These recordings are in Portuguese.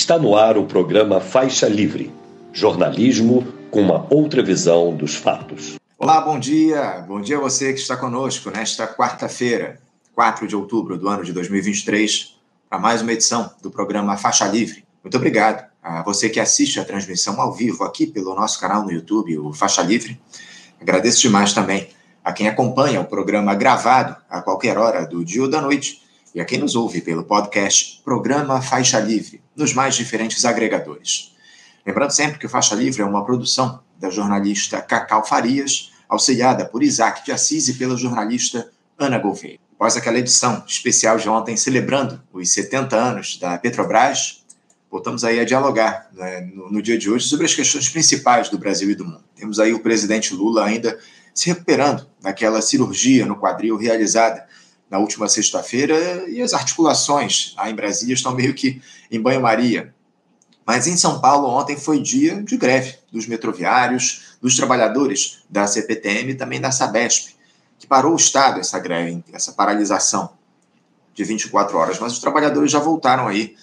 Está no ar o programa Faixa Livre, jornalismo com uma outra visão dos fatos. Olá, bom dia. Bom dia a você que está conosco nesta quarta-feira, 4 de outubro do ano de 2023, para mais uma edição do programa Faixa Livre. Muito obrigado a você que assiste a transmissão ao vivo aqui pelo nosso canal no YouTube, o Faixa Livre. Agradeço demais também a quem acompanha o programa gravado a qualquer hora do dia ou da noite e a quem nos ouve pelo podcast Programa Faixa Livre, nos mais diferentes agregadores. Lembrando sempre que o Faixa Livre é uma produção da jornalista Cacau Farias, auxiliada por Isaac de Assis e pela jornalista Ana Gouveia. Após aquela edição especial de ontem, celebrando os 70 anos da Petrobras, voltamos aí a dialogar, no dia de hoje sobre as questões principais do Brasil e do mundo. Temos aí o presidente Lula ainda se recuperando daquela cirurgia no quadril realizada na última sexta-feira, e as articulações lá em Brasília estão meio que em banho-maria. Mas em São Paulo ontem foi dia de greve dos metroviários, dos trabalhadores da CPTM e também da Sabesp, que parou o Estado essa greve, essa paralisação de 24 horas. Mas os trabalhadores já voltaram aí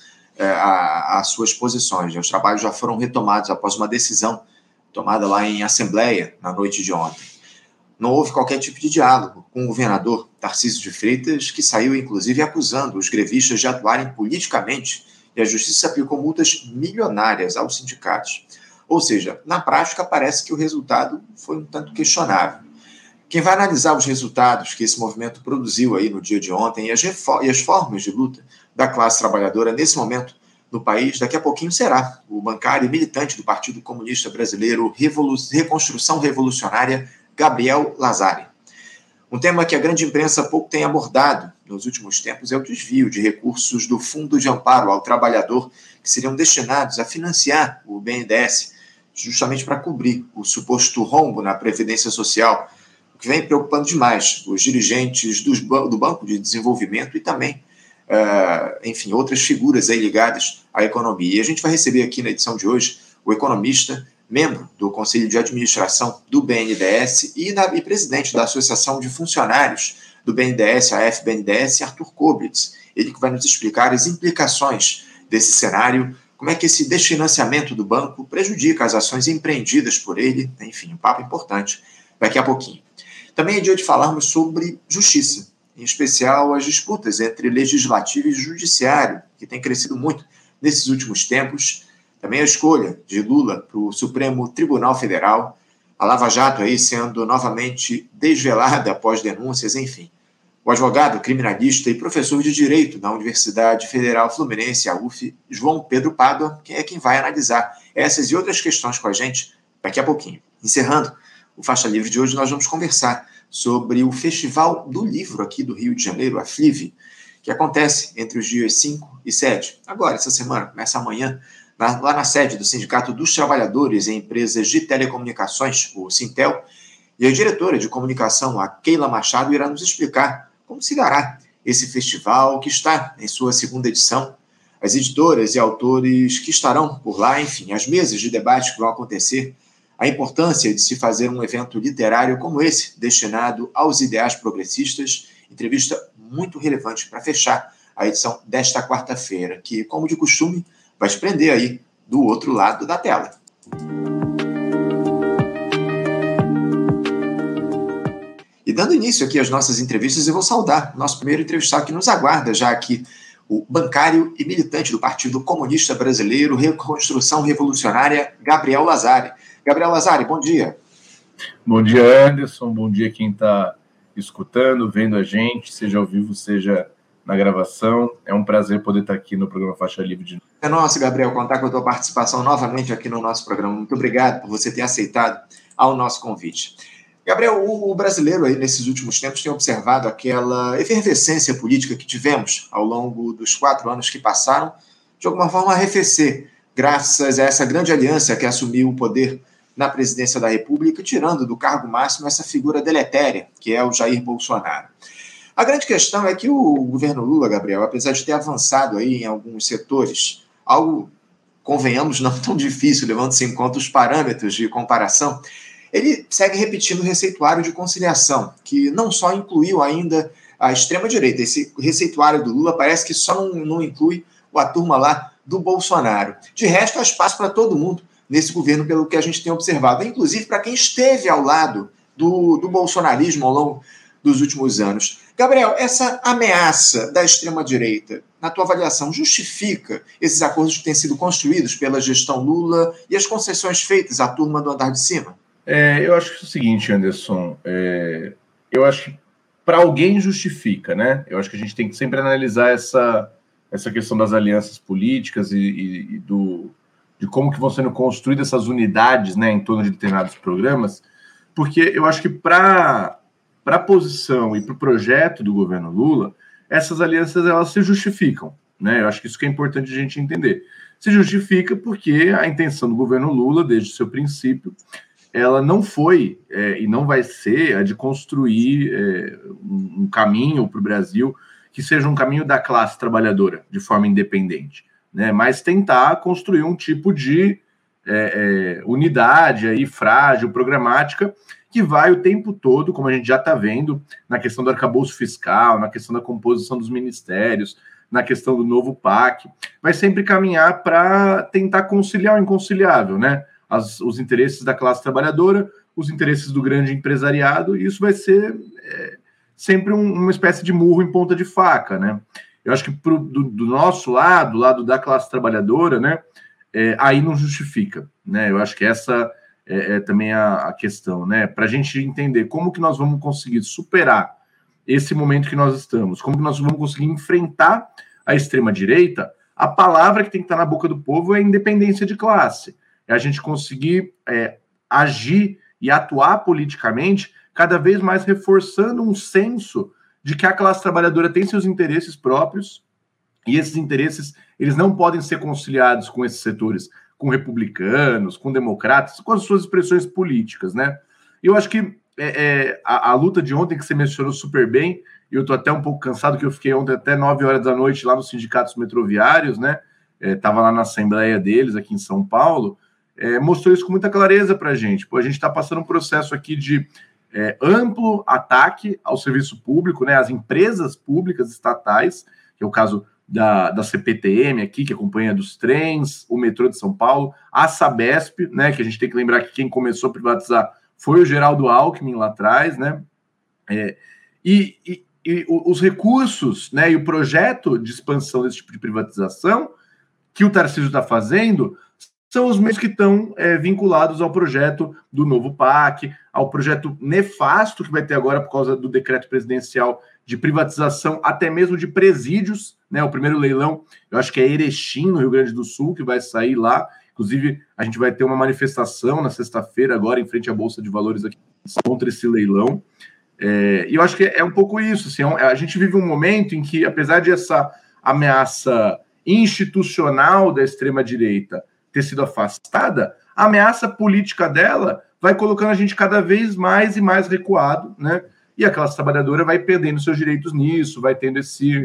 às suas posições. Os trabalhos já foram retomados após uma decisão tomada lá em Assembleia na noite de ontem. Não houve qualquer tipo de diálogo com o governador Tarcísio de Freitas, que saiu, inclusive, acusando os grevistas de atuarem politicamente, e a Justiça aplicou multas milionárias aos sindicatos. Ou seja, na prática, parece que o resultado foi um tanto questionável. Quem vai analisar os resultados que esse movimento produziu aí no dia de ontem e as formas de luta da classe trabalhadora nesse momento no país, daqui a pouquinho será o bancário e militante do Partido Comunista Brasileiro Reconstrução Revolucionária, Gabriel Lazari. Um tema que a grande imprensa pouco tem abordado nos últimos tempos é o desvio de recursos do Fundo de Amparo ao Trabalhador, que seriam destinados a financiar o BNDES, justamente para cobrir o suposto rombo na Previdência Social, o que vem preocupando demais os dirigentes do Banco de Desenvolvimento e também, enfim, outras figuras aí ligadas à economia. E a gente vai receber aqui na edição de hoje o economista, membro do Conselho de Administração do BNDES e presidente da Associação de Funcionários do BNDES, a FBNDES, Arthur Koblitz. Ele que vai nos explicar as implicações desse cenário, como é que esse desfinanciamento do banco prejudica as ações empreendidas por ele. Enfim, um papo importante daqui a pouquinho. Também é dia de falarmos sobre justiça, em especial as disputas entre legislativo e judiciário, que tem crescido muito nesses últimos tempos. Também a escolha de Lula para o Supremo Tribunal Federal, a Lava Jato aí sendo novamente desvelada após denúncias, enfim. O advogado, criminalista e professor de Direito da Universidade Federal Fluminense, a UF, João Pedro Pádua, que é quem vai analisar essas e outras questões com a gente daqui a pouquinho. Encerrando o Faixa Livre de hoje, nós vamos conversar sobre o Festival do Livro aqui do Rio de Janeiro, a FLIVE, que acontece entre os dias 5 e 7. Agora, essa semana, começa amanhã, lá na sede do Sindicato dos Trabalhadores em Empresas de Telecomunicações, o Sintel, e a diretora de comunicação, a Keila Machado, irá nos explicar como se dará esse festival, que está em sua segunda edição, as editoras e autores que estarão por lá, enfim, as mesas de debate que vão acontecer, a importância de se fazer um evento literário como esse, destinado aos ideais progressistas, entrevista muito relevante para fechar a edição desta quarta-feira, que, como de costume, vai te prender aí do outro lado da tela. E dando início aqui às nossas entrevistas, eu vou saudar o nosso primeiro entrevistado que nos aguarda já aqui, o bancário e militante do Partido Comunista Brasileiro Reconstrução Revolucionária, Gabriel Lazari. Gabriel Lazari, bom dia. Bom dia, Anderson. Bom dia quem está escutando, vendo a gente, seja ao vivo, seja na gravação. É um prazer poder estar aqui no programa Faixa Livre de novo. É nosso, Gabriel, contar com a tua participação novamente aqui no nosso programa. Muito obrigado por você ter aceitado ao nosso convite. Gabriel, o brasileiro aí nesses últimos tempos tem observado aquela efervescência política que tivemos ao longo dos 4 anos que passaram, de alguma forma arrefecer, graças a essa grande aliança que assumiu o poder na presidência da República, tirando do cargo máximo essa figura deletéria, que é o Jair Bolsonaro. A grande questão é que o governo Lula, Gabriel, apesar de ter avançado aí em alguns setores, algo, convenhamos, não tão difícil, levando-se em conta os parâmetros de comparação, ele segue repetindo o receituário de conciliação, que não só incluiu ainda a extrema-direita. Esse receituário do Lula parece que só não inclui a turma lá do Bolsonaro. De resto, há espaço para todo mundo nesse governo, pelo que a gente tem observado, inclusive para quem esteve ao lado do bolsonarismo ao longo dos últimos anos. Gabriel, essa ameaça da extrema-direita, na tua avaliação, justifica esses acordos que têm sido construídos pela gestão Lula e as concessões feitas à turma do andar de cima? Eu acho que é o seguinte, Anderson, eu acho que para alguém justifica, né? Eu acho que a gente tem que sempre analisar essa questão das alianças políticas e de como que vão sendo construídas essas unidades, né, em torno de determinados programas, porque eu acho que para a posição e para o projeto do governo Lula, essas alianças elas se justificam, né? Eu acho que isso que é importante a gente entender. Se justifica porque a intenção do governo Lula, desde o seu princípio, ela não foi e não vai ser a de construir um caminho para o Brasil que seja um caminho da classe trabalhadora de forma independente, né? Mas tentar construir um tipo de unidade aí frágil, programática, que vai o tempo todo, como a gente já está vendo, na questão do arcabouço fiscal, na questão da composição dos ministérios, na questão do novo PAC, vai sempre caminhar para tentar conciliar o inconciliável, né? Os interesses da classe trabalhadora, os interesses do grande empresariado, e isso vai ser sempre uma espécie de murro em ponta de faca, né? Eu acho que do nosso lado da classe trabalhadora, né, aí não justifica, né? Eu acho que essa é também a questão, né? Para a gente entender como que nós vamos conseguir superar esse momento que nós estamos, como que nós vamos conseguir enfrentar a extrema-direita, a palavra que tem que estar na boca do povo é independência de classe. É a gente conseguir agir e atuar politicamente, cada vez mais reforçando um senso de que a classe trabalhadora tem seus interesses próprios, e esses interesses eles não podem ser conciliados com esses setores, com republicanos, com democratas, com as suas expressões políticas, né? E eu acho que a luta de ontem, que você mencionou super bem, e eu estou até um pouco cansado, que eu fiquei ontem até 9 horas da noite lá nos sindicatos metroviários, né? Estava lá na assembleia deles, aqui em São Paulo, mostrou isso com muita clareza para a gente. Pô, a gente está passando um processo aqui de amplo ataque ao serviço público, né? Às empresas públicas estatais, que é o caso da CPTM aqui, que acompanha dos trens, o metrô de São Paulo, a Sabesp, né, que a gente tem que lembrar que quem começou a privatizar foi o Geraldo Alckmin lá atrás, né, e os recursos, né, e o projeto de expansão desse tipo de privatização que o Tarcísio está fazendo são os mesmos que estão vinculados ao projeto do novo PAC, ao projeto nefasto que vai ter agora por causa do decreto presidencial de privatização até mesmo de presídios, né? O primeiro leilão, eu acho que é Erechim, no Rio Grande do Sul, que vai sair lá. Inclusive, a gente vai ter uma manifestação na sexta-feira, agora, em frente à Bolsa de Valores aqui, contra esse leilão. E eu acho que é um pouco isso. Assim, a gente vive um momento em que, apesar de essa ameaça institucional da extrema-direita ter sido afastada, a ameaça política dela vai colocando a gente cada vez mais e mais recuado, né? E a classe trabalhadora vai perdendo seus direitos nisso, vai tendo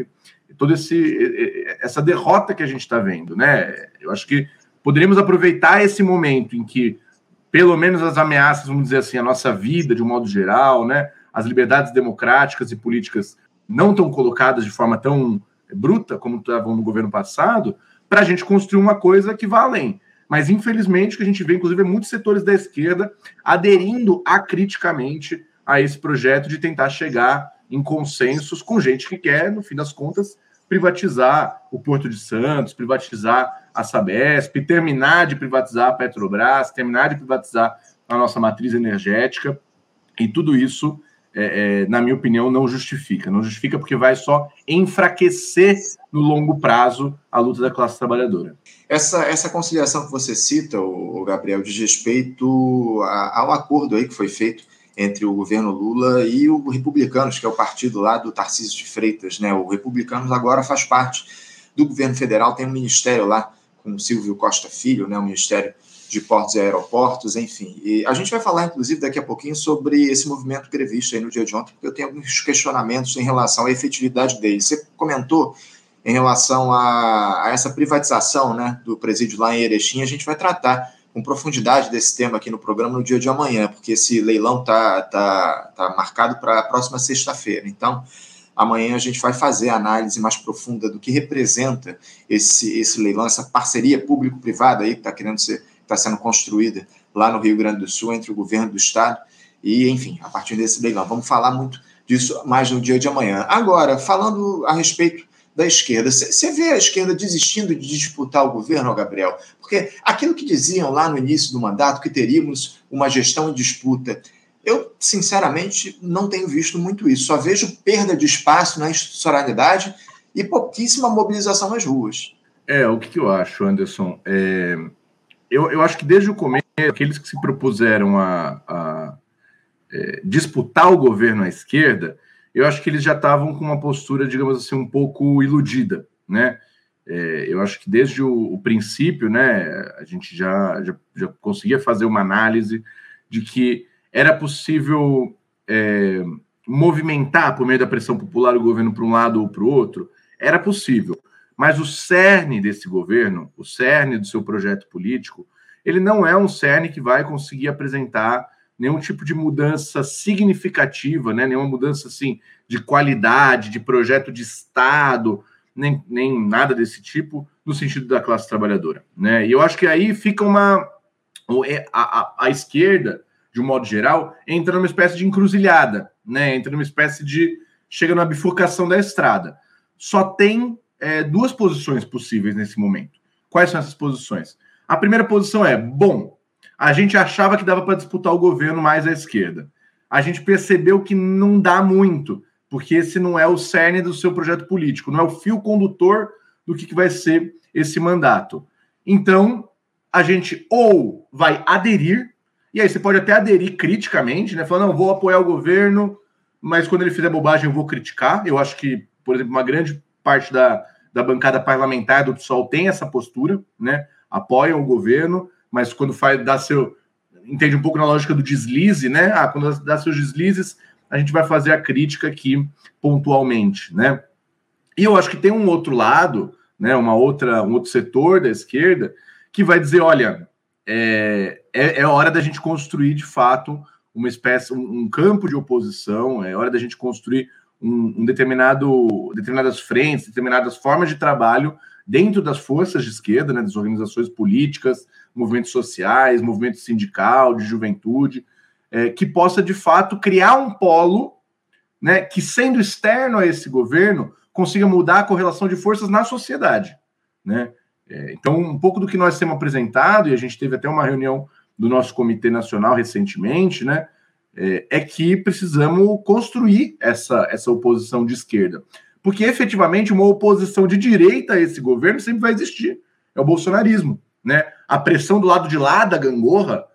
essa derrota que a gente está vendo, né? Eu acho que poderíamos aproveitar esse momento em que, pelo menos as ameaças, vamos dizer assim, a nossa vida de um modo geral, né? As liberdades democráticas e políticas não estão colocadas de forma tão bruta como estavam no governo passado, para a gente construir uma coisa que vá além. Mas, infelizmente, o que a gente vê, inclusive, é muitos setores da esquerda aderindo acriticamente a esse projeto de tentar chegar em consensos com gente que quer, no fim das contas, privatizar o Porto de Santos, privatizar a Sabesp, terminar de privatizar a Petrobras, terminar de privatizar a nossa matriz energética, e tudo isso, na minha opinião, não justifica. Não justifica porque vai só enfraquecer no longo prazo a luta da classe trabalhadora. Essa conciliação que você cita, o Gabriel, diz respeito ao acordo aí que foi feito entre o governo Lula e o Republicanos, que é o partido lá do Tarcísio de Freitas, né? O Republicanos agora faz parte do governo federal, tem um ministério lá com o Silvio Costa Filho, né? O Ministério de Portos e Aeroportos, enfim. E a gente vai falar, inclusive, daqui a pouquinho sobre esse movimento grevista aí no dia de ontem, porque eu tenho alguns questionamentos em relação à efetividade dele. Você comentou em relação a essa privatização, né, do presídio lá em Erechim. A gente vai tratar com profundidade desse tema aqui no programa no dia de amanhã, porque esse leilão tá marcado para a próxima sexta-feira. Então, amanhã a gente vai fazer a análise mais profunda do que representa esse leilão, essa parceria público-privada aí que está sendo construída lá no Rio Grande do Sul entre o governo do estado e, enfim, a partir desse leilão. Vamos falar muito disso mais no dia de amanhã. Agora, falando a respeito da esquerda, você vê a esquerda desistindo de disputar o governo, Gabriel? Porque aquilo que diziam lá no início do mandato, que teríamos uma gestão em disputa, eu, sinceramente, não tenho visto muito isso. Só vejo perda de espaço na institucionalidade e pouquíssima mobilização nas ruas. O que eu acho, Anderson? Eu acho que desde o começo, aqueles que se propuseram a disputar o governo à esquerda, eu acho que eles já estavam com uma postura, digamos assim, um pouco iludida, né? Eu acho que desde o princípio, né, a gente já conseguia fazer uma análise de que era possível movimentar, por meio da pressão popular, o governo para um lado ou para o outro. Era possível. Mas o cerne desse governo, o cerne do seu projeto político, ele não é um cerne que vai conseguir apresentar nenhum tipo de mudança significativa, né? Nenhuma mudança assim, de qualidade, de projeto de Estado, nem nada desse tipo, no sentido da classe trabalhadora, né? E eu acho que aí fica a esquerda, de um modo geral, entra numa espécie de encruzilhada, né? Entra numa espécie de... chega na bifurcação da estrada. Só tem duas posições possíveis nesse momento. Quais são essas posições? A primeira posição é, a gente achava que dava para disputar o governo mais à esquerda. A gente percebeu que não dá muito, porque esse não é o cerne do seu projeto político, não é o fio condutor do que vai ser esse mandato. Então, a gente ou vai aderir, e aí você pode até aderir criticamente, né? Falando, não, vou apoiar o governo, mas quando ele fizer bobagem eu vou criticar. Eu acho que, por exemplo, uma grande parte da bancada parlamentar do PSOL tem essa postura, né? Apoiam o governo, mas quando entende um pouco na lógica do deslize, né? Quando dá seus deslizes, a gente vai fazer a crítica aqui pontualmente, né? E eu acho que tem um outro lado, né? Um outro setor da esquerda que vai dizer, olha, é hora da gente construir de fato uma espécie, um campo de oposição, é hora da gente construir determinadas frentes, determinadas formas de trabalho dentro das forças de esquerda, né, das organizações políticas, movimentos sociais, movimento sindical, de juventude, que possa, de fato, criar um polo, né, que, sendo externo a esse governo, consiga mudar a correlação de forças na sociedade, né? Então, um pouco do que nós temos apresentado, e a gente teve até uma reunião do nosso Comitê Nacional recentemente, né, é que precisamos construir essa oposição de esquerda. Porque, efetivamente, uma oposição de direita a esse governo sempre vai existir. É o bolsonarismo, né? A pressão do lado de lá da gangorra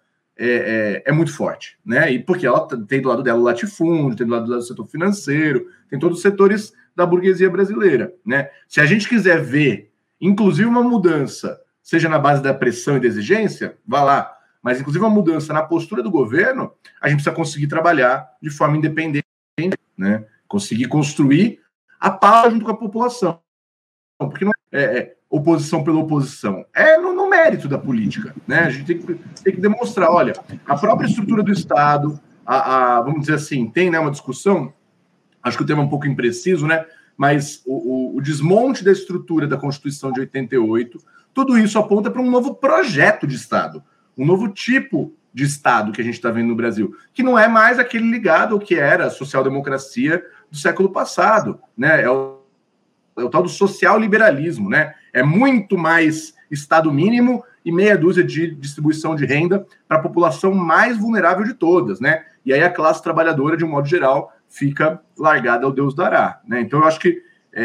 é muito forte, né? E porque ela tem do lado dela o latifúndio, tem do lado do setor financeiro, tem todos os setores da burguesia brasileira, né? Se a gente quiser ver, inclusive, uma mudança, seja na base da pressão e da exigência, vá lá, mas, inclusive, uma mudança na postura do governo, a gente precisa conseguir trabalhar de forma independente, né? Conseguir construir a pauta junto com a população. Porque não é oposição pela oposição. É no mérito da política, né? A gente tem que demonstrar, olha, a própria estrutura do Estado, vamos dizer assim, tem, né, uma discussão, acho que o tema é um pouco impreciso, né? Mas o desmonte da estrutura da Constituição de 88, tudo isso aponta para um novo projeto de Estado, um novo tipo de Estado que a gente está vendo no Brasil, que não é mais aquele ligado ao que era a social-democracia do século passado, né? É o tal do social-liberalismo, né? É muito mais Estado mínimo e meia dúzia de distribuição de renda para a população mais vulnerável de todas, né? E aí a classe trabalhadora, de um modo geral, fica largada ao Deus dará, né? Então eu acho que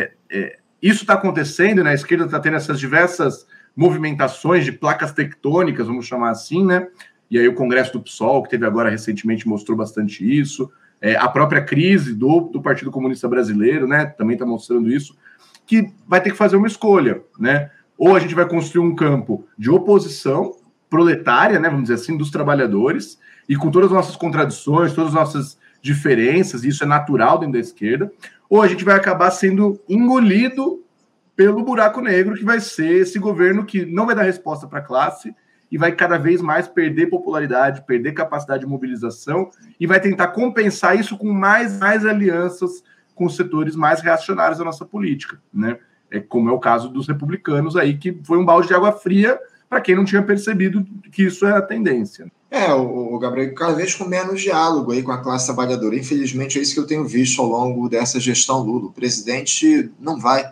isso está acontecendo, né? A esquerda está tendo essas diversas movimentações de placas tectônicas, vamos chamar assim, né? E aí o Congresso do PSOL, que teve agora recentemente, mostrou bastante isso. A própria crise do Partido Comunista Brasileiro, né? Também está mostrando isso, que vai ter que fazer uma escolha, né? Ou a gente vai construir um campo de oposição proletária, né? Vamos dizer assim, dos trabalhadores, e com todas as nossas contradições, todas as nossas diferenças, e isso é natural dentro da esquerda, ou a gente vai acabar sendo engolido pelo buraco negro, que vai ser esse governo que não vai dar resposta para a classe e vai cada vez mais perder popularidade, perder capacidade de mobilização e vai tentar compensar isso com mais alianças com os setores mais reacionários da nossa política, né? Como é o caso dos republicanos aí, que foi um balde de água fria para quem não tinha percebido que isso era a tendência. O Gabriel, cada vez com menos diálogo aí com a classe trabalhadora. Infelizmente, é isso que eu tenho visto ao longo dessa gestão Lula. O presidente não vai,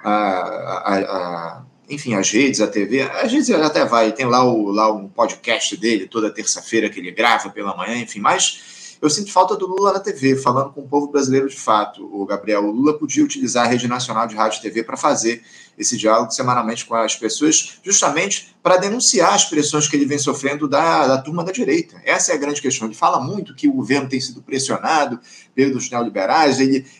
enfim, as redes, a TV, às vezes ele até vai, tem lá um podcast dele, toda terça-feira que ele grava pela manhã, enfim, mas eu sinto falta do Lula na TV, falando com o povo brasileiro de fato. O Gabriel, o Lula podia utilizar a Rede Nacional de Rádio e TV para fazer esse diálogo semanalmente com as pessoas, justamente para denunciar as pressões que ele vem sofrendo da turma da direita. Essa é a grande questão. Ele fala muito que o governo tem sido pressionado pelos neoliberais,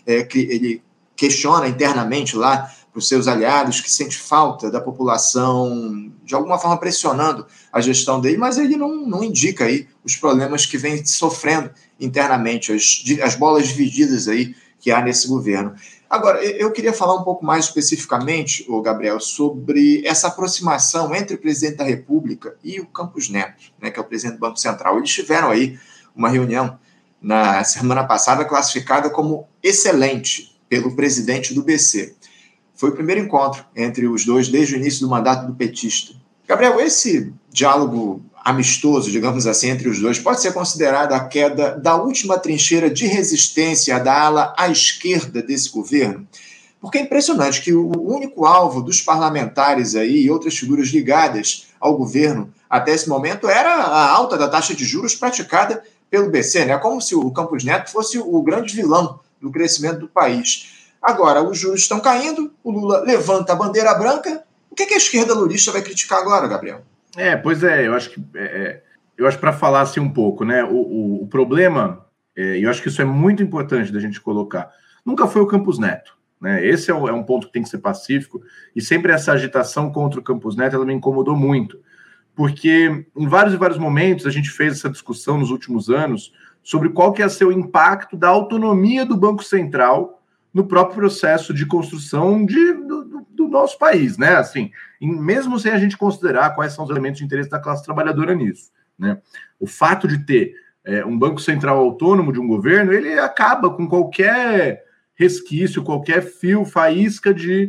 ele questiona internamente lá para os seus aliados que sente falta da população, de alguma forma pressionando a gestão dele, mas ele não indica aí os problemas que vem sofrendo internamente, as bolas divididas aí que há nesse governo. Agora, eu queria falar um pouco mais especificamente, Gabriel, sobre essa aproximação entre o presidente da República e o Campos Neto, né, que é o presidente do Banco Central. Eles tiveram aí uma reunião na semana passada classificada como excelente pelo presidente do BC. Foi o primeiro encontro entre os dois desde o início do mandato do petista. Gabriel, esse diálogo amistoso, digamos assim, entre os dois, pode ser considerado a queda da última trincheira de resistência da ala à esquerda desse governo? Porque é impressionante que o único alvo dos parlamentares aí e outras figuras ligadas ao governo até esse momento era a alta da taxa de juros praticada pelo BC, né? Como se o Campos Neto fosse o grande vilão do crescimento do país. Agora, os juros estão caindo, o Lula levanta a bandeira branca. O que a esquerda lulista vai criticar agora, Gabriel? Pois é, eu acho que para falar assim um pouco, né? O problema, eu acho que isso é muito importante da gente colocar, nunca foi o Campos Neto, né? Esse é um ponto que tem que ser pacífico, e sempre essa agitação contra o Campos Neto, ela me incomodou muito, porque em vários e vários momentos a gente fez essa discussão nos últimos anos sobre qual que ia ser o impacto da autonomia do Banco Central no próprio processo de construção do nosso país, né? Assim, mesmo sem a gente considerar quais são os elementos de interesse da classe trabalhadora nisso, né? O fato de ter um Banco Central autônomo de um governo, ele acaba com qualquer resquício, qualquer fio, faísca de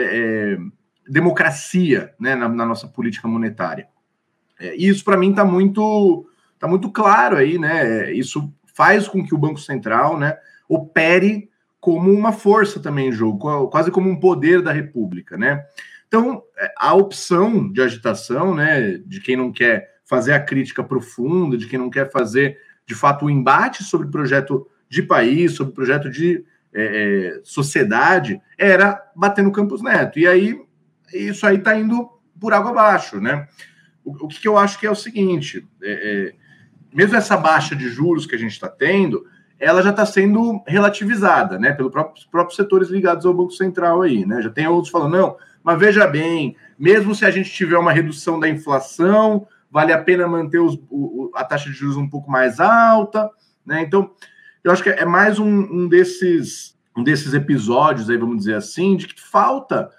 democracia, né, na nossa política monetária. E isso, para mim, está muito claro aí, né? Isso faz com que o Banco Central, né, opere como uma força também em jogo, quase como um poder da República, né? Então, a opção de agitação, né, de quem não quer fazer a crítica profunda, de quem não quer fazer, de fato, o embate sobre o projeto de país, sobre o projeto de sociedade, era bater no Campos Neto. E aí, isso aí está indo por água abaixo, né? O que eu acho que é o seguinte, mesmo essa baixa de juros que a gente está tendo, ela já está sendo relativizada, né, pelos próprios setores ligados ao Banco Central aí, né? Já tem outros falando, não, mas veja bem, mesmo se a gente tiver uma redução da inflação, vale a pena manter a taxa de juros um pouco mais alta, né? Então, eu acho que é mais um desses episódios aí, vamos dizer assim, de que falta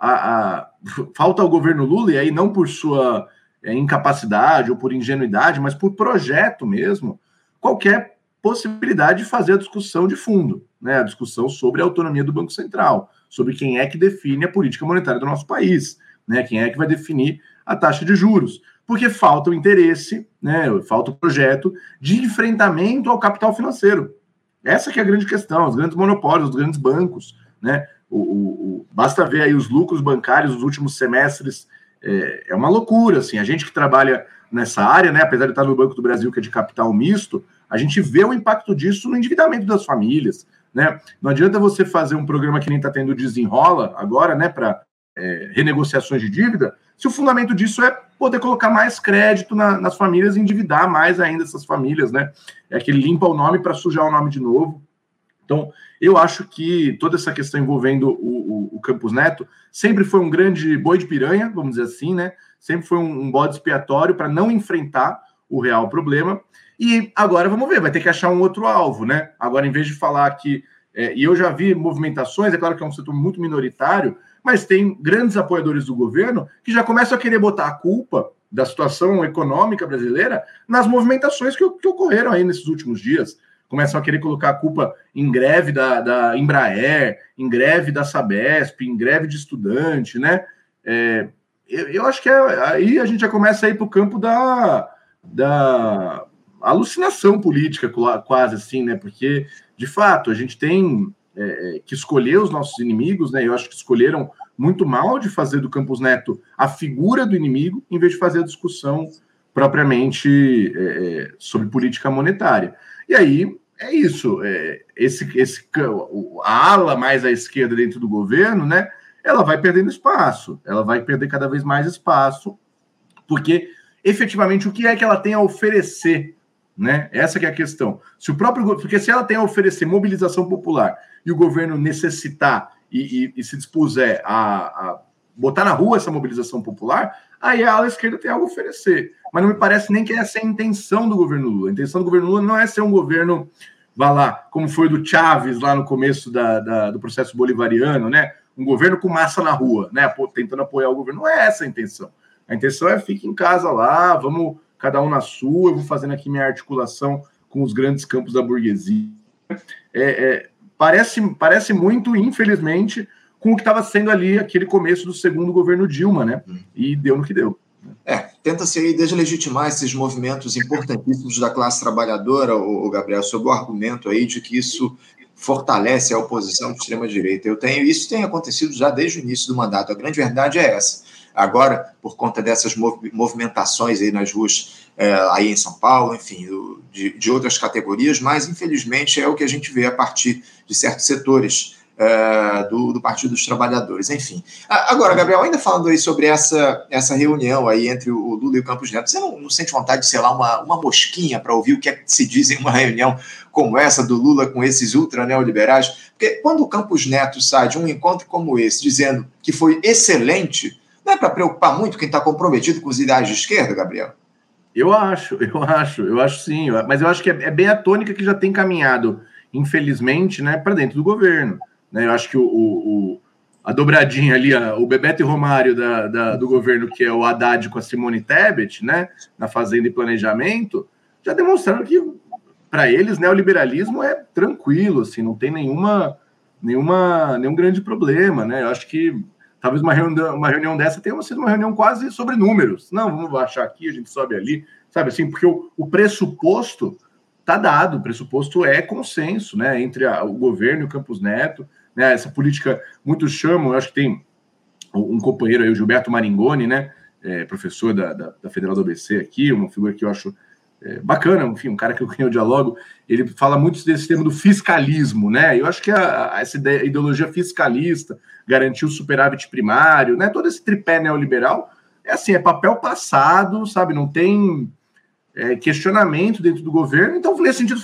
ao governo Lula, e aí não por sua incapacidade ou por ingenuidade, mas por projeto mesmo, qualquer possibilidade de fazer a discussão de fundo, né? A discussão sobre a autonomia do Banco Central, sobre quem é que define a política monetária do nosso país, né? Quem é que vai definir a taxa de juros, porque falta o interesse, né? Falta o projeto de enfrentamento ao capital financeiro. Essa que é a grande questão, os grandes monopólios, os grandes bancos, né? Basta ver aí os lucros bancários dos últimos semestres, é uma loucura, assim. A gente que trabalha nessa área, né, apesar de estar no Banco do Brasil, que é de capital misto, a gente vê o impacto disso no endividamento das famílias, né? Não adianta você fazer um programa que nem está tendo Desenrola agora, né, para renegociações de dívida, se o fundamento disso é poder colocar mais crédito nas famílias e endividar mais ainda essas famílias, né? É que ele limpa o nome para sujar o nome de novo. Então, eu acho que toda essa questão envolvendo o Campos Neto sempre foi um grande boi de piranha, vamos dizer assim, né? Sempre foi um bode expiatório para não enfrentar o real problema. E agora, vamos ver, vai ter que achar um outro alvo, né? Agora, em vez de falar que... e eu já vi movimentações, é claro que é um setor muito minoritário, mas tem grandes apoiadores do governo que já começam a querer botar a culpa da situação econômica brasileira nas movimentações que ocorreram aí nesses últimos dias. começam a querer colocar a culpa em greve da Embraer, em greve da Sabesp, em greve de estudante, né? Eu acho que aí a gente já começa a ir para o campo da alucinação política, quase assim, né? Porque, de fato, a gente tem que escolher os nossos inimigos, né? Eu acho que escolheram muito mal de fazer do Campos Neto a figura do inimigo, em vez de fazer a discussão propriamente sobre política monetária. E aí é isso, a ala mais à esquerda dentro do governo, né? Ela vai perdendo espaço, ela vai perder cada vez mais espaço, porque efetivamente o que é que ela tem a oferecer, né? Essa que é a questão. Porque se ela tem a oferecer mobilização popular e o governo necessitar e se dispuser a botar na rua essa mobilização popular, aí a ala esquerda tem algo a oferecer. Mas não me parece nem que essa é a intenção do governo Lula. A intenção do governo Lula não é ser um governo, vá lá, como foi do Chávez lá no começo do processo bolivariano, né? Um governo com massa na rua, né? Tentando apoiar o governo. Não é essa a intenção. A intenção é fique em casa lá, vamos cada um na sua, eu vou fazendo aqui minha articulação com os grandes campos da burguesia. Parece muito, infelizmente, com o que estava sendo ali aquele começo do segundo governo Dilma, né? E deu no que deu. Tenta-se aí deslegitimar esses movimentos importantíssimos da classe trabalhadora, o Gabriel, sob o argumento aí de que isso fortalece a oposição de extrema-direita. Isso tem acontecido já desde o início do mandato. A grande verdade é essa. Agora, por conta dessas movimentações aí nas ruas, aí em São Paulo, enfim, de outras categorias, mas, infelizmente, é o que a gente vê a partir de certos setores do Partido dos Trabalhadores, enfim. Agora, Gabriel, ainda falando aí sobre essa reunião aí entre o Lula e o Campos Neto, você não sente vontade de, sei lá, uma mosquinha para ouvir o que é que se diz em uma reunião como essa do Lula com esses ultra-neoliberais? Porque quando o Campos Neto sai de um encontro como esse, dizendo que foi excelente, não é para preocupar muito quem está comprometido com os ideais de esquerda, Gabriel? Eu acho sim, mas eu acho que é bem a tônica que já tem caminhado, infelizmente, né, para dentro do governo. Né? Eu acho que a dobradinha ali, o Bebeto e Romário do governo, que é o Haddad com a Simone Tebet, né, na Fazenda e Planejamento, já demonstraram que, para eles, neoliberalismo é tranquilo, assim, não tem nenhum grande problema. Né? Eu acho que talvez uma reunião dessa tenha sido uma reunião quase sobre números. Não, vamos baixar aqui, a gente sobe ali, sabe assim, porque o pressuposto está dado, o pressuposto é consenso, né, entre o governo e o Campos Neto, né, essa política, muitos chamam, eu acho que tem um companheiro aí, o Gilberto Maringoni, né, professor da Federal do ABC aqui, uma figura que eu acho bacana, enfim, um cara que eu dialogo, ele fala muito desse tema do fiscalismo, né? Eu acho que essa ideologia fiscalista, garantir o superávit primário, né? Todo esse tripé neoliberal é papel passado, sabe? Não tem questionamento dentro do governo. Então, nesse sentido,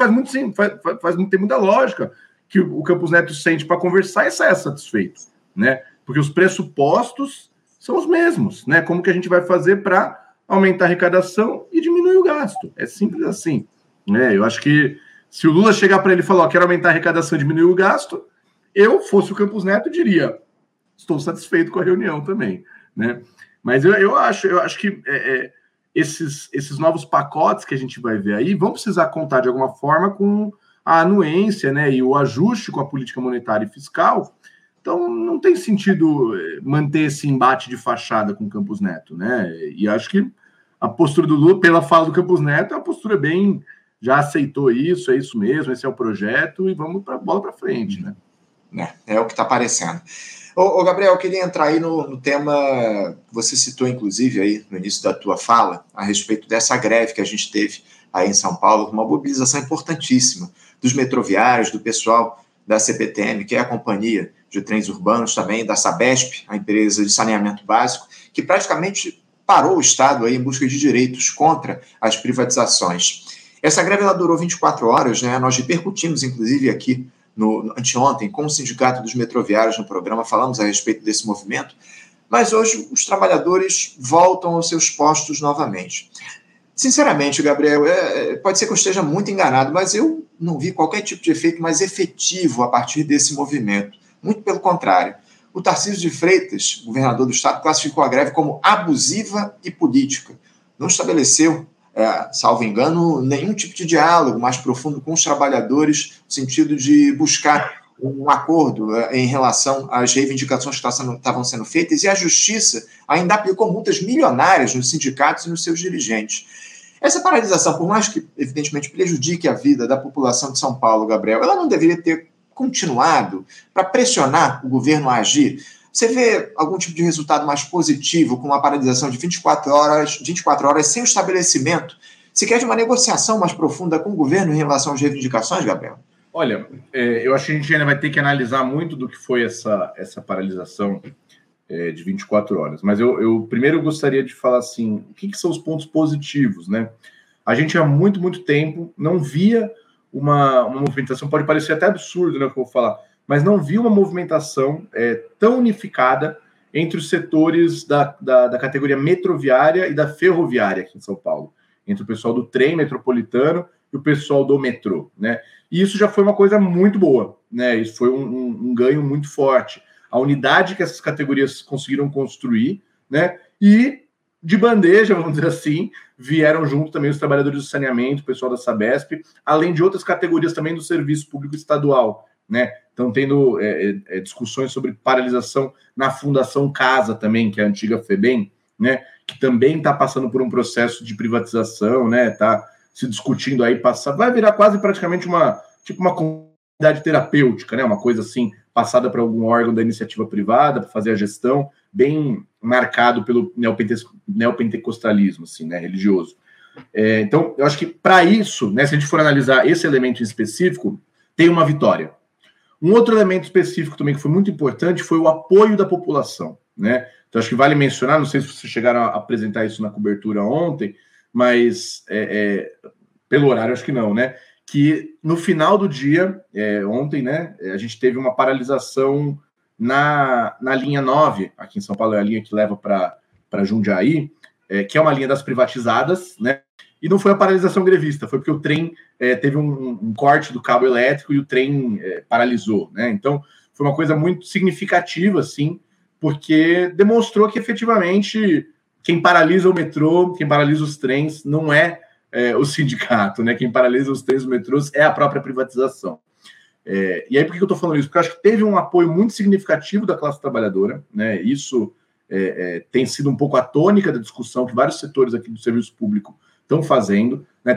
tem muita lógica que o Campos Neto sente para conversar e sai satisfeito, né? Porque os pressupostos são os mesmos, né? Como que a gente vai fazer para aumentar a arrecadação e diminuir o gasto? É simples assim, né? Eu acho que se o Lula chegar para ele e falar, quero aumentar a arrecadação e diminuir o gasto, eu fosse o Campos Neto, diria, estou satisfeito com a reunião também, né? Mas eu acho que esses novos pacotes que a gente vai ver aí vão precisar contar de alguma forma com a anuência, né, e o ajuste com a política monetária e fiscal. Então, não tem sentido manter esse embate de fachada com o Campos Neto, né? E acho que a postura do Lula, pela fala do Campos Neto, é uma postura bem... Já aceitou isso, é isso mesmo, esse é o projeto, e vamos para a bola para frente, né? É o que está aparecendo. Ô, Gabriel, eu queria entrar aí no tema que você citou, inclusive, aí no início da tua fala, a respeito dessa greve que a gente teve aí em São Paulo, uma mobilização importantíssima dos metroviários, do pessoal da CPTM, que é a Companhia de Trens Urbanos também, da Sabesp, a empresa de saneamento básico, que praticamente parou o Estado aí em busca de direitos contra as privatizações. Essa greve ela durou 24 horas, né? Nós repercutimos, inclusive, aqui anteontem, com o Sindicato dos Metroviários no programa, falamos a respeito desse movimento, mas hoje os trabalhadores voltam aos seus postos novamente. Sinceramente, Gabriel, pode ser que eu esteja muito enganado, mas eu não vi qualquer tipo de efeito mais efetivo a partir desse movimento. Muito pelo contrário. O Tarcísio de Freitas, governador do estado, classificou a greve como abusiva e política. Não estabeleceu salvo engano, nenhum tipo de diálogo mais profundo com os trabalhadores, no sentido de buscar um acordo em relação às reivindicações que estavam sendo feitas, e a Justiça ainda aplicou multas milionárias nos sindicatos e nos seus dirigentes. Essa paralisação, por mais que, evidentemente, prejudique a vida da população de São Paulo, Gabriel, ela não deveria ter continuado para pressionar o governo a agir? Você vê algum tipo de resultado mais positivo com uma paralisação de 24 horas sem o estabelecimento, sequer de uma negociação mais profunda com o governo em relação às reivindicações, Gabriel? Olha, eu acho que a gente ainda vai ter que analisar muito do que foi essa paralisação de 24 horas. Mas eu primeiro gostaria de falar assim, o que são os pontos positivos, né? A gente há muito, muito tempo não via uma movimentação, pode parecer até absurdo, né, o que eu vou falar, mas não via uma movimentação tão unificada entre os setores da categoria metroviária e da ferroviária aqui em São Paulo, entre o pessoal do trem metropolitano e o pessoal do metrô, né? E isso já foi uma coisa muito boa, né? Isso foi um ganho muito forte. A unidade que essas categorias conseguiram construir, né? E de bandeja, vamos dizer assim, vieram junto também os trabalhadores do saneamento, o pessoal da Sabesp, além de outras categorias também do serviço público estadual, né? Estão tendo discussões sobre paralisação na Fundação Casa também, que é a antiga FEBEM, né? Que também está passando por um processo de privatização, né? Está se discutindo aí, vai virar quase praticamente uma comunidade terapêutica, né? Uma coisa assim, passada para algum órgão da iniciativa privada, para fazer a gestão, bem marcado pelo neopentecostalismo, assim, né? Religioso. Então, eu acho que para isso, né? Se a gente for analisar esse elemento em específico, tem uma vitória. Um outro elemento específico também que foi muito importante foi o apoio da população, né? Então, acho que vale mencionar, não sei se vocês chegaram a apresentar isso na cobertura ontem, mas pelo horário acho que não, né? Que no final do dia, ontem, né, a gente teve uma paralisação na linha 9, aqui em São Paulo, é a linha que leva para Jundiaí, que é uma linha das privatizadas, né? E não foi a paralisação grevista, foi porque o trem teve um corte do cabo elétrico e o trem paralisou, né? Então, foi uma coisa muito significativa, assim, porque demonstrou que efetivamente quem paralisa o metrô, quem paralisa os trens, não é o sindicato, né? Quem paralisa os trens e os metrôs é a própria privatização. E aí, por que eu estou falando isso? Porque eu acho que teve um apoio muito significativo da classe trabalhadora, né? Isso tem sido um pouco a tônica da discussão que vários setores aqui do serviço público estão fazendo, né?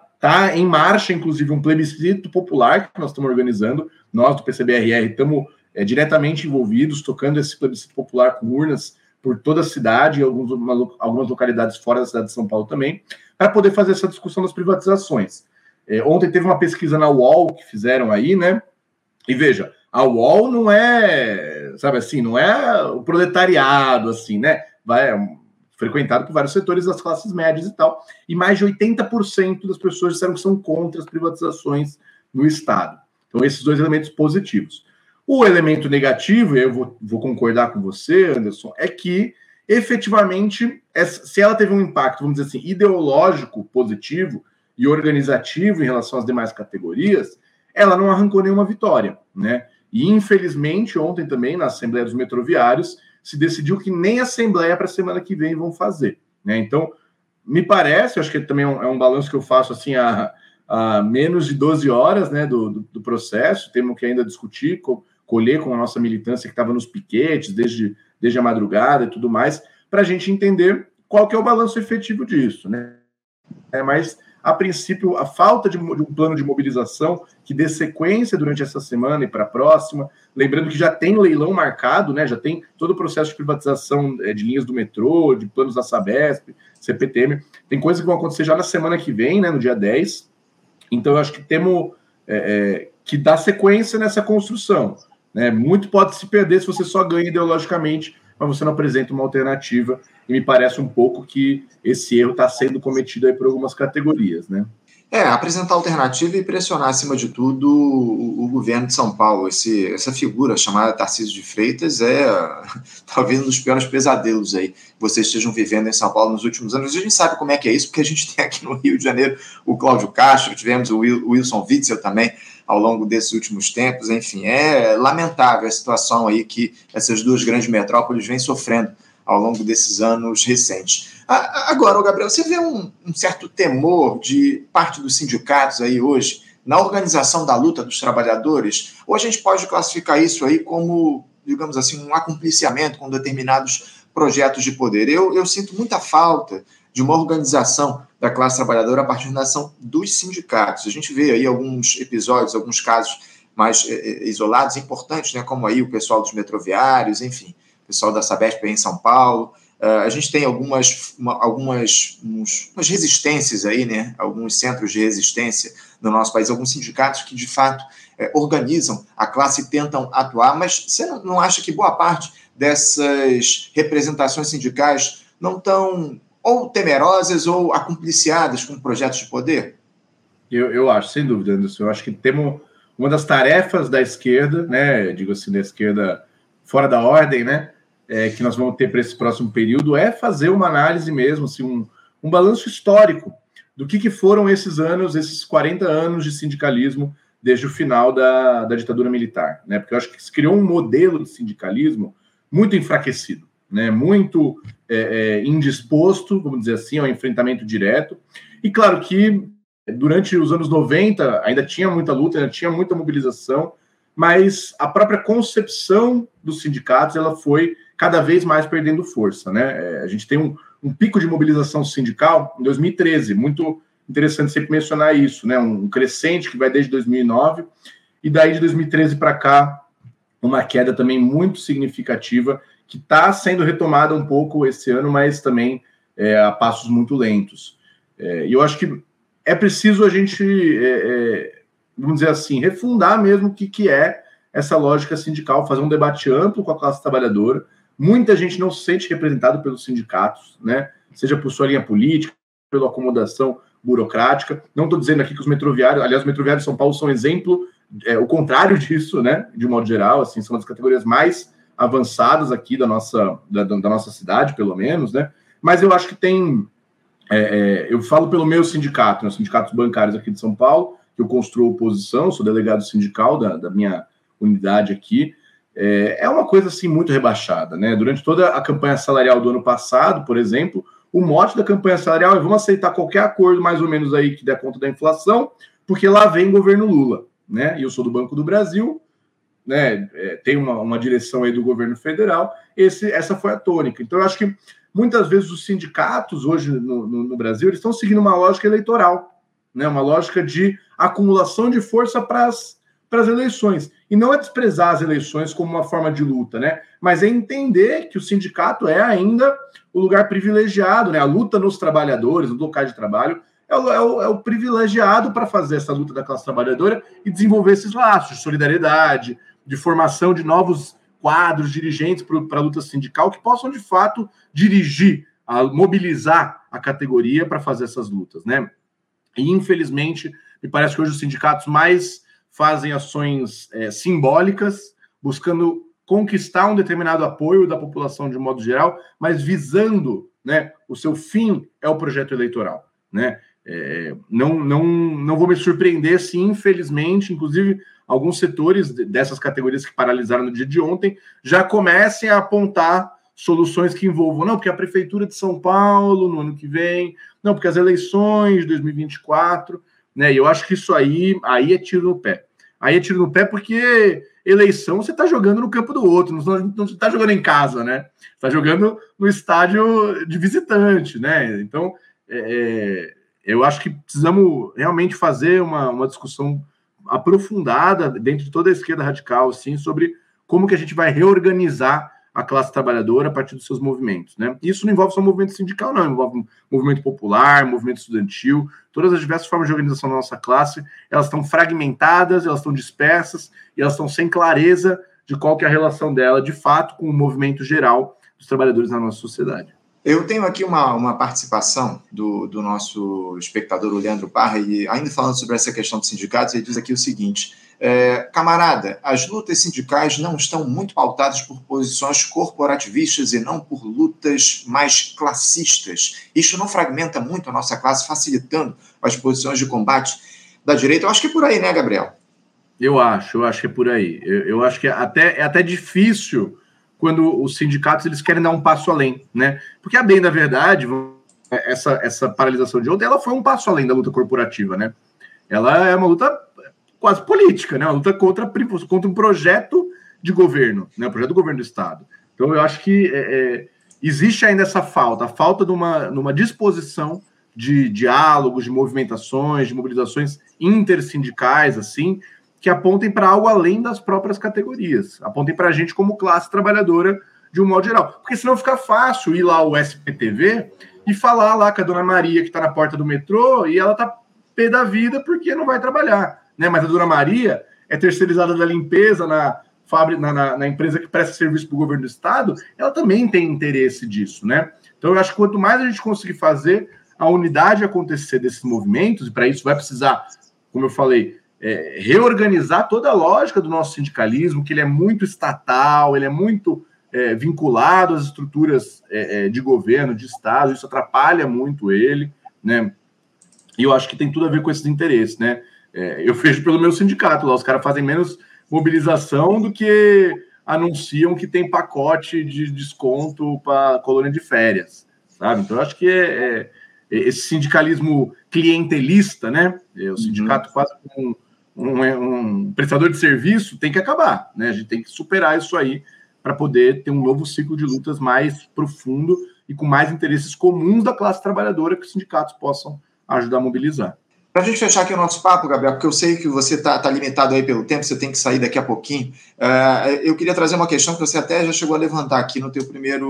Tá em marcha, inclusive, um plebiscito popular que nós estamos organizando. Nós, do PCBRR, estamos diretamente envolvidos, tocando esse plebiscito popular com urnas por toda a cidade e algumas localidades fora da cidade de São Paulo também, para poder fazer essa discussão das privatizações. Ontem teve uma pesquisa na UOL que fizeram aí, né? E veja, a UOL não é, sabe assim, não é o proletariado, assim, né? Frequentado por vários setores das classes médias e tal, e mais de 80% das pessoas disseram que são contra as privatizações no Estado. Então, esses dois elementos positivos. O elemento negativo, e eu vou concordar com você, Anderson, é que, efetivamente, se ela teve um impacto, vamos dizer assim, ideológico positivo e organizativo em relação às demais categorias, ela não arrancou nenhuma vitória, né? E, infelizmente, ontem também, na Assembleia dos Metroviários, se decidiu que nem Assembleia para a semana que vem vão fazer, né? Então, me parece, acho que também é um balanço que eu faço assim a menos de 12 horas, né, do processo, temos que ainda discutir, colher com a nossa militância que estava nos piquetes desde a madrugada e tudo mais, para a gente entender qual que é o balanço efetivo disso, né? Mas, a princípio, a falta de um plano de mobilização que dê sequência durante essa semana e para a próxima, lembrando que já tem leilão marcado, né? Já tem todo o processo de privatização de linhas do metrô, de planos da Sabesp, CPTM, tem coisas que vão acontecer já na semana que vem, né? No dia 10. Então, eu acho que temos que dar sequência nessa construção, né? Muito pode se perder se você só ganha ideologicamente, mas você não apresenta uma alternativa, e me parece um pouco que esse erro está sendo cometido aí por algumas categorias, né? Apresentar alternativa e pressionar, acima de tudo, o governo de São Paulo. Essa figura chamada Tarcísio de Freitas talvez um dos piores pesadelos aí que vocês estejam vivendo em São Paulo nos últimos anos. A gente sabe como é que é isso, porque a gente tem aqui no Rio de Janeiro o Cláudio Castro, tivemos o Wilson Witzel também ao longo desses últimos tempos. Enfim, é lamentável a situação aí que essas duas grandes metrópoles vêm sofrendo ao longo desses anos recentes. Agora, Gabriel, você vê um certo temor de parte dos sindicatos aí hoje na organização da luta dos trabalhadores? Ou a gente pode classificar isso aí como, digamos assim, um acompliciamento com determinados projetos de poder? Eu sinto muita falta de uma organização da classe trabalhadora a partir da ação dos sindicatos. A gente vê aí alguns episódios, alguns casos mais isolados, importantes, né, como aí o pessoal dos metroviários, enfim, o pessoal da Sabesp em São Paulo. A gente tem algumas resistências aí, né, alguns centros de resistência no nosso país, alguns sindicatos que, de fato, organizam a classe e tentam atuar, mas você não acha que boa parte dessas representações sindicais não estão ou temerosas ou acompliciadas com projetos de poder? Eu acho, sem dúvida, Anderson. Eu acho que temos uma das tarefas da esquerda, né, digo assim, da esquerda fora da ordem, né, que nós vamos ter para esse próximo período, é fazer uma análise mesmo, assim, um balanço histórico do que foram esses anos, esses 40 anos de sindicalismo desde o final da ditadura militar, né? Porque eu acho que se criou um modelo de sindicalismo muito enfraquecido, né? Muito indisposto, vamos dizer assim, ao enfrentamento direto. E claro que durante os anos 90 ainda tinha muita luta, ainda tinha muita mobilização, mas a própria concepção dos sindicatos ela foi cada vez mais perdendo força, né? A gente tem um pico de mobilização sindical em 2013, muito interessante sempre mencionar isso, né? Um crescente que vai desde 2009 e daí de 2013 para cá uma queda também muito significativa que está sendo retomada um pouco esse ano, mas também a passos muito lentos. E eu acho que é preciso a gente, vamos dizer assim, refundar mesmo o que é essa lógica sindical, fazer um debate amplo com a classe trabalhadora. Muita gente não se sente representado pelos sindicatos, né? Seja por sua linha política, pela acomodação burocrática. Não estou dizendo aqui que os metroviários, aliás, os metroviários de São Paulo são exemplo, o contrário disso, né? De um modo geral, assim, são as categorias mais avançadas aqui da nossa cidade, pelo menos, né? Mas eu acho que tem... eu falo pelo meu sindicato, né, os sindicatos bancários aqui de São Paulo, que eu construo oposição, sou delegado sindical da minha unidade aqui. É uma coisa assim muito rebaixada, né? Durante toda a campanha salarial do ano passado, por exemplo, o mote da campanha salarial é: vamos aceitar qualquer acordo mais ou menos aí que der conta da inflação, porque lá vem o governo Lula, né? E eu sou do Banco do Brasil, né? Tem uma direção aí do governo federal. Essa foi a tônica. Então eu acho que muitas vezes os sindicatos hoje no Brasil eles estão seguindo uma lógica eleitoral, né? Uma lógica de acumulação de força para as eleições. E não é desprezar as eleições como uma forma de luta, né? Mas é entender que o sindicato é ainda o lugar privilegiado, né? A luta nos trabalhadores, no local de trabalho, é o privilegiado para fazer essa luta da classe trabalhadora e desenvolver esses laços de solidariedade, de formação de novos quadros dirigentes para a luta sindical que possam, de fato, dirigir, mobilizar a categoria para fazer essas lutas, né? E, infelizmente, me parece que hoje os sindicatos mais fazem ações simbólicas, buscando conquistar um determinado apoio da população de um modo geral, mas visando, né, o seu fim é o projeto eleitoral, né? Não vou me surpreender se, infelizmente, inclusive, alguns setores dessas categorias que paralisaram no dia de ontem já comecem a apontar soluções que envolvam, não, porque a Prefeitura de São Paulo no ano que vem, não, porque as eleições de 2024, né? E eu acho que isso aí é tiro no pé. Aí é tiro no pé porque eleição você está jogando no campo do outro, não está jogando em casa, né? Está jogando no estádio de visitante, né? Então, eu acho que precisamos realmente fazer uma discussão aprofundada dentro de toda a esquerda radical, assim, sobre como que a gente vai reorganizar a classe trabalhadora a partir dos seus movimentos, né? Isso não envolve só movimento sindical, não, envolve movimento popular, movimento estudantil, todas as diversas formas de organização da nossa classe, elas estão fragmentadas, elas estão dispersas e elas estão sem clareza de qual que é a relação dela, de fato, com o movimento geral dos trabalhadores na nossa sociedade. Eu tenho aqui uma participação do nosso espectador, o Leandro Parra, e ainda falando sobre essa questão dos sindicatos, ele diz aqui o seguinte: camarada, as lutas sindicais não estão muito pautadas por posições corporativistas e não por lutas mais classistas. Isso não fragmenta muito a nossa classe, facilitando as posições de combate da direita? Eu acho que é por aí, né, Gabriel? Eu acho que é por aí. Eu acho que é até difícil quando os sindicatos eles querem dar um passo além, né? Porque, a bem da verdade, essa paralisação de ontem, ela foi um passo além da luta corporativa, né? Ela é uma luta quase política, né? Uma luta contra um projeto de governo, né? O projeto do governo do Estado. Então, eu acho que existe ainda essa falta, a falta de uma disposição de diálogos, de movimentações, de mobilizações intersindicais, assim, que apontem para algo além das próprias categorias, apontem para a gente como classe trabalhadora de um modo geral. Porque senão fica fácil ir lá ao SPTV e falar lá com a dona Maria, que está na porta do metrô, e ela está pé da vida porque não vai trabalhar, né? Mas a dona Maria é terceirizada da limpeza na empresa que presta serviço para o governo do Estado, ela também tem interesse disso, né? Então, eu acho que quanto mais a gente conseguir fazer a unidade acontecer desses movimentos, e para isso vai precisar, como eu falei, reorganizar toda a lógica do nosso sindicalismo, que ele é muito estatal, ele é muito vinculado às estruturas de governo, de Estado, isso atrapalha muito ele, né? E eu acho que tem tudo a ver com esses interesses, né? Eu vejo pelo meu sindicato lá, os caras fazem menos mobilização do que anunciam que tem pacote de desconto para colônia de férias, sabe? Então, eu acho que esse sindicalismo clientelista, né? O sindicato quase como um prestador de serviço tem que acabar, né? A gente tem que superar isso aí para poder ter um novo ciclo de lutas mais profundo e com mais interesses comuns da classe trabalhadora que os sindicatos possam ajudar a mobilizar. Para a gente fechar aqui o nosso papo, Gabriel, porque eu sei que você está limitado aí pelo tempo, você tem que sair daqui a pouquinho, eu queria trazer uma questão que você até já chegou a levantar aqui na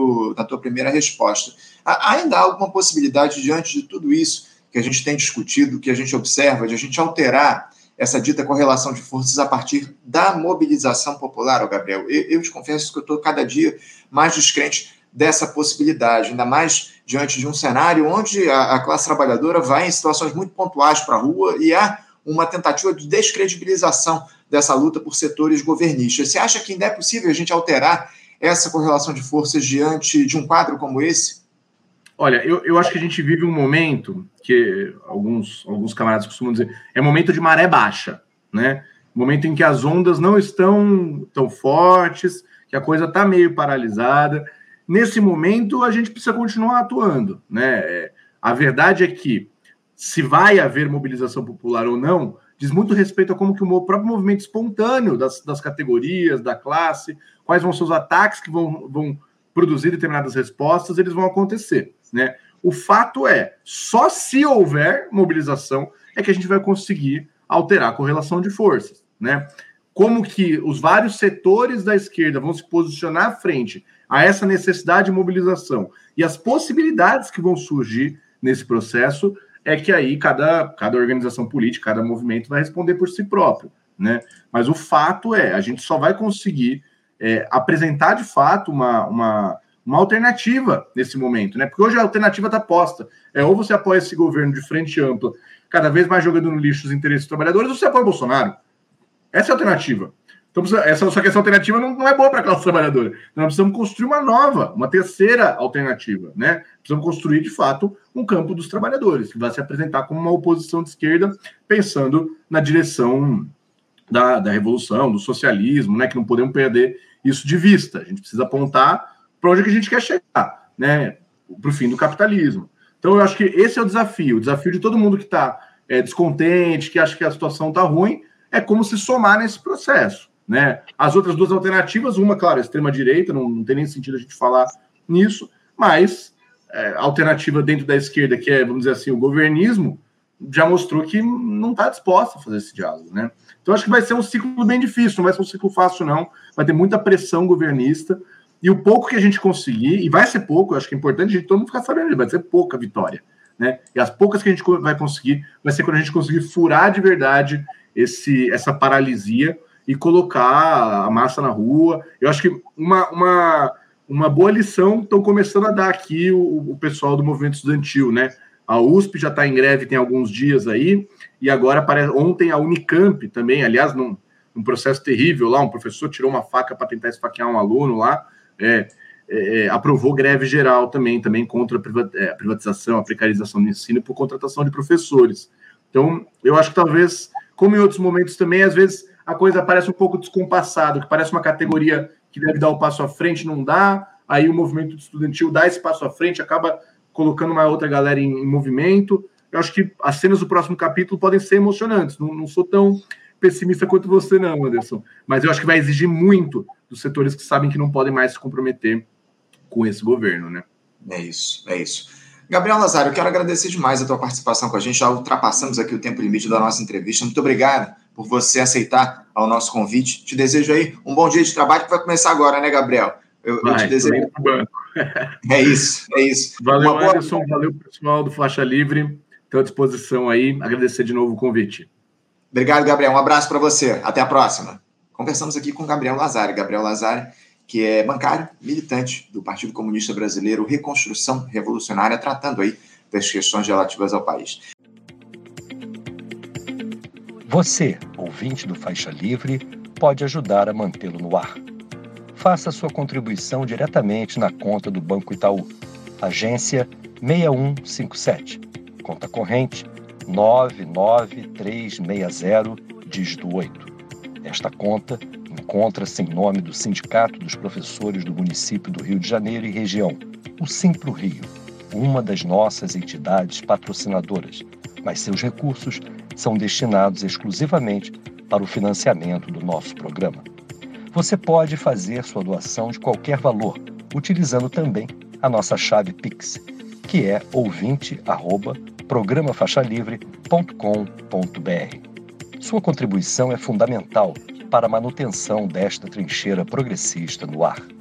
tua primeira resposta. Ainda há alguma possibilidade, diante de tudo isso que a gente tem discutido, que a gente observa, de a gente alterar essa dita correlação de forças a partir da mobilização popular, Gabriel? Eu te confesso que eu estou cada dia mais descrente dessa possibilidade, ainda mais diante de um cenário onde a classe trabalhadora vai em situações muito pontuais para a rua e há uma tentativa de descredibilização dessa luta por setores governistas. Você acha que ainda é possível a gente alterar essa correlação de forças diante de um quadro como esse? Olha, eu acho que a gente vive um momento que alguns camaradas costumam dizer, é momento de maré baixa, né? Momento em que as ondas não estão tão fortes, que a coisa está meio paralisada. Nesse momento, a gente precisa continuar atuando, né? A verdade é que, se vai haver mobilização popular ou não, diz muito respeito a como que o próprio movimento espontâneo das categorias, da classe, quais vão ser os ataques que vão produzir determinadas respostas, eles vão acontecer, né? O fato é, só se houver mobilização é que a gente vai conseguir alterar a correlação de forças, né? Como que os vários setores da esquerda vão se posicionar à frente a essa necessidade de mobilização e as possibilidades que vão surgir nesse processo, é que aí cada organização política, cada movimento vai responder por si próprio, né? Mas o fato é, a gente só vai conseguir apresentar de fato uma alternativa nesse momento, né? Porque hoje a alternativa está posta. Ou você apoia esse governo de frente ampla, cada vez mais jogando no lixo os interesses dos trabalhadores, ou você apoia o Bolsonaro. Essa é a alternativa. Então, só que essa alternativa não é boa para a classe trabalhadora. Então, nós precisamos construir uma terceira alternativa, né? Precisamos construir, de fato, um campo dos trabalhadores, que vai se apresentar como uma oposição de esquerda, pensando na direção da revolução, do socialismo, né? Que não podemos perder isso de vista. A gente precisa apontar para onde que a gente quer chegar, né? Para o fim do capitalismo. Então, eu acho que esse é o desafio de todo mundo que está descontente, que acha que a situação está ruim, é como se somar nesse processo, né? As outras duas alternativas, uma, claro, a extrema-direita, não tem nem sentido a gente falar nisso, mas a alternativa dentro da esquerda, que é, vamos dizer assim, o governismo, já mostrou que não está disposta a fazer esse diálogo, né? Então, acho que vai ser um ciclo bem difícil, não vai ser um ciclo fácil, não. Vai ter muita pressão governista, e o pouco que a gente conseguir, e vai ser pouco, eu acho que é importante a gente todo mundo ficar sabendo, vai ser pouca vitória, né? E as poucas que a gente vai conseguir, vai ser quando a gente conseguir furar de verdade essa paralisia e colocar a massa na rua. Eu acho que uma boa lição estão começando a dar aqui o pessoal do movimento estudantil, né? A USP já está em greve tem alguns dias aí, e agora ontem a Unicamp também, aliás, num processo terrível lá, um professor tirou uma faca para tentar esfaquear um aluno lá, aprovou greve geral também contra a privatização, a precarização do ensino por contratação de professores. Então, eu acho que talvez, como em outros momentos também, às vezes a coisa parece um pouco descompassada, que parece uma categoria que deve dar o passo à frente, não dá, aí o movimento estudantil dá esse passo à frente, acaba colocando uma outra galera em movimento. Eu acho que as cenas do próximo capítulo podem ser emocionantes, não sou tão pessimista quanto você não, Anderson, mas eu acho que vai exigir muito dos setores que sabem que não podem mais se comprometer com esse governo, né? É isso. Gabriel Lazari, eu quero agradecer demais a tua participação com a gente, já ultrapassamos aqui o tempo limite da nossa entrevista, muito obrigado por você aceitar o nosso convite, te desejo aí um bom dia de trabalho que vai começar agora, né, Gabriel? Eu te desejo... É isso. Valeu, Anderson, valeu pessoal do Faixa Livre, estou à disposição aí, agradecer de novo o convite. Obrigado, Gabriel, um abraço para você, até a próxima. Conversamos aqui com Gabriel Lazari, que é bancário, militante do Partido Comunista Brasileiro, Reconstrução Revolucionária, tratando aí das questões relativas ao país. Você, ouvinte do Faixa Livre, pode ajudar a mantê-lo no ar. Faça sua contribuição diretamente na conta do Banco Itaú, agência 6157, conta corrente 99360, dígito 8. Esta conta encontra-se em nome do Sindicato dos Professores do Município do Rio de Janeiro e Região, o Simpro Rio, uma das nossas entidades patrocinadoras, mas seus recursos são destinados exclusivamente para o financiamento do nosso programa. Você pode fazer sua doação de qualquer valor, utilizando também a nossa chave Pix, que é ouvinte@programafaixalivre.com.br. Sua contribuição é fundamental para a manutenção desta trincheira progressista no ar.